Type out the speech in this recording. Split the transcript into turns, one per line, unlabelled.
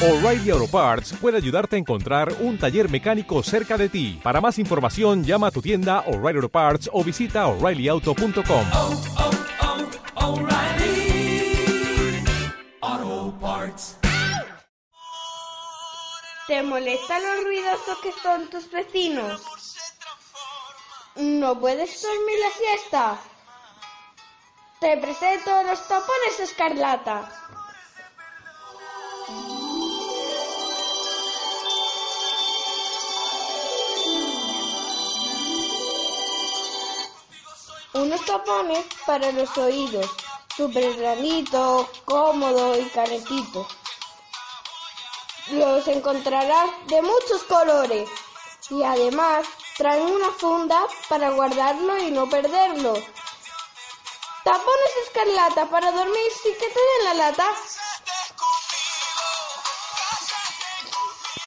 O'Reilly Auto Parts puede ayudarte a encontrar un taller mecánico cerca de ti. Para más información, llama a tu tienda O'Reilly Auto Parts o visita O'ReillyAuto.com.
O'Reilly Auto Parts.
¿Te molestan los ruidosos que son tus vecinos? ¿No puedes dormir la siesta? Te presento los tapones escarlata. Unos tapones para los oídos, súper planito, cómodo y calentito. Los encontrarás de muchos colores y además traen una funda para guardarlo y no perderlo. Tapones escarlata para dormir sin que te den la lata.